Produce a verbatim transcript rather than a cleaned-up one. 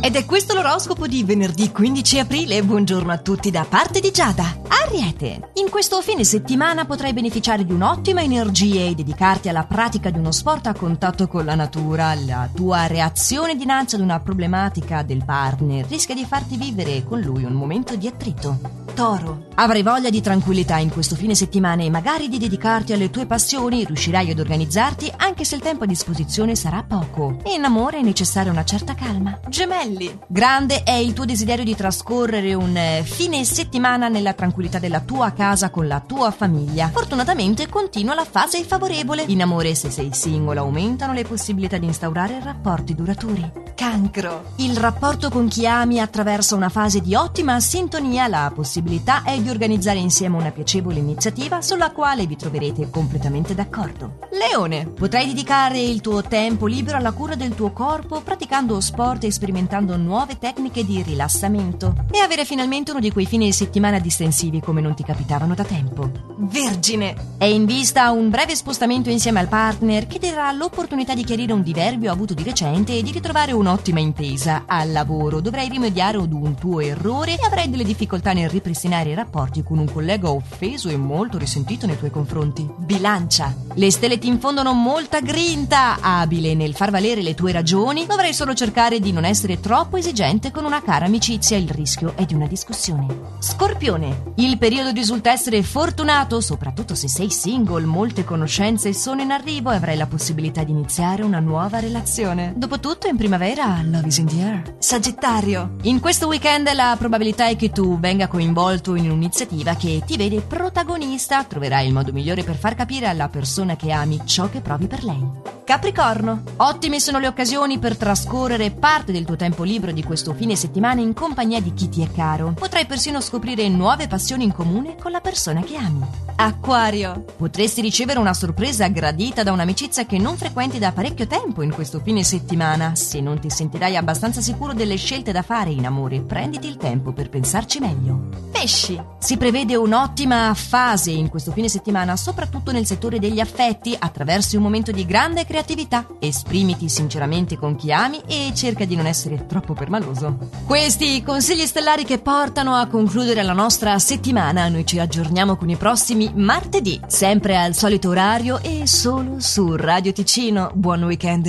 Ed è questo l'oroscopo di venerdì quindici aprile. Buongiorno a tutti da parte di Giada. Ariete, in questo fine settimana potrai beneficiare di un'ottima energia e dedicarti alla pratica di uno sport a contatto con la natura. La tua reazione dinanzi ad una problematica del partner rischia di farti vivere con lui un momento di attrito. Toro, avrai voglia di tranquillità in questo fine settimana e magari di dedicarti alle tue passioni. Riuscirai ad organizzarti anche se il tempo a disposizione sarà poco. In amore è necessaria una certa calma. Gemelli, grande è il tuo desiderio di trascorrere un fine settimana nella tranquillità della tua casa con la tua famiglia. Fortunatamente continua la fase favorevole. In amore, se sei single, aumentano le possibilità di instaurare rapporti duraturi. Cancro, il rapporto con chi ami attraversa una fase di ottima sintonia. La possibilità è di organizzare insieme una piacevole iniziativa sulla quale vi troverete completamente d'accordo. Leone, potrai dedicare il tuo tempo libero alla cura del tuo corpo, praticando sport e sperimentando nuove tecniche di rilassamento, e avere finalmente uno di quei fine settimana distensivi come non ti capitavano da tempo. Vergine, è in vista un breve spostamento insieme al partner che ti darà l'opportunità di chiarire un diverbio avuto di recente e di ritrovare un'ottima intesa. Al lavoro dovrai rimediare ad un tuo errore e avrai delle difficoltà nel ripristinare i rapporti con un collega offeso e molto risentito nei tuoi confronti. Bilancia, le stelle ti infondono molta grinta. Abile nel far valere le tue ragioni, dovrai solo cercare di non essere troppo esigente con una cara amicizia. Il rischio è di una discussione. Scorpione, il periodo risulta essere fortunato, soprattutto se sei single. Molte conoscenze sono in arrivo e avrai la possibilità di iniziare una nuova relazione. Dopotutto in primavera love is in the air. Sagittario, in questo weekend la probabilità è che tu venga coinvolto in un'iniziativa che ti vede protagonista. Troverai il modo migliore per far capire alla persona che ami ciò che provi per lei. Capricorno, ottime sono le occasioni per trascorrere parte del tuo tempo libero di questo fine settimana in compagnia di chi ti è caro. Potrai persino scoprire nuove passioni in comune con la persona che ami. Acquario, potresti ricevere una sorpresa gradita da un'amicizia che non frequenti da parecchio tempo in questo fine settimana. Se non ti sentirai abbastanza sicuro delle scelte da fare in amore, prenditi il tempo per pensarci meglio. Pesci, si prevede un'ottima fase in questo fine settimana, soprattutto nel settore degli affetti. Attraversi un momento di grande creatività, esprimiti sinceramente con chi ami e cerca di non essere troppo permaloso. Questi i consigli stellari che portano a concludere la nostra settimana. Noi ci aggiorniamo con i prossimi martedì, sempre al solito orario e solo su Radio Ticino. Buon weekend.